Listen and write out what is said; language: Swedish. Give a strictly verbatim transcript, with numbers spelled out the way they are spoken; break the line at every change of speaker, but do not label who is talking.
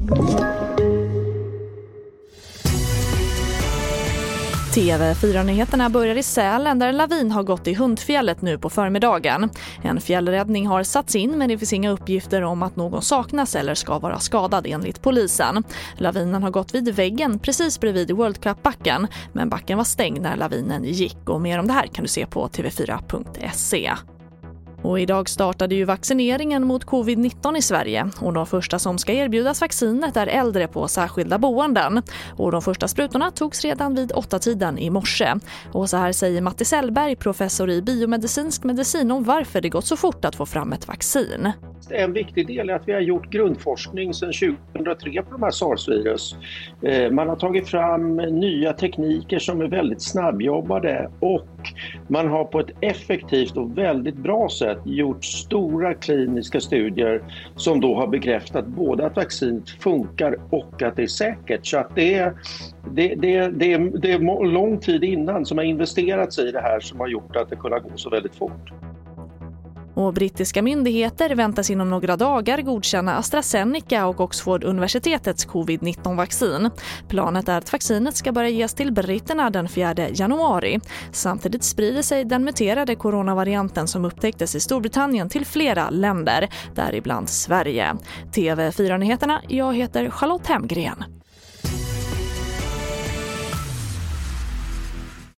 T V fyra-nyheterna börjar i Sälen där en lavin har gått i Hundfjället nu på förmiddagen. En fjällräddning har satts in men det finns inga uppgifter om att någon saknas eller ska vara skadad enligt polisen. Lavinen har gått vid väggen precis bredvid World Cup-backen men backen var stängd när lavinen gick och mer om det här kan du se på t v fyra punkt se. Och idag startade ju vaccineringen mot covid nitton i Sverige och de första som ska erbjudas vaccinet är äldre på särskilda boenden. Och de första sprutorna togs redan vid åtta tiden i morse. Och så här säger Matti Sellberg, professor i biomedicinsk medicin, om varför det gått så fort att få fram ett vaccin.
En viktig del är att vi har gjort grundforskning sedan tjugohundratre på de här SARS-virus. Man har tagit fram nya tekniker som är väldigt snabbjobbade och man har på ett effektivt och väldigt bra sätt gjort stora kliniska studier som då har bekräftat både att vaccinet funkar och att det är säkert. Så att det är, det, det, det, det är lång tid innan som har investerats i det här som har gjort att det kunde gå så väldigt fort.
Och brittiska myndigheter väntas inom några dagar godkänna AstraZeneca och Oxford-universitetets covid nitton-vaccin. Planet är att vaccinet ska börja ges till britterna den fjärde januari. Samtidigt sprider sig den muterade coronavarianten som upptäcktes i Storbritannien till flera länder, däribland Sverige. T V fyra-nyheterna, jag heter Charlotte Hemgren.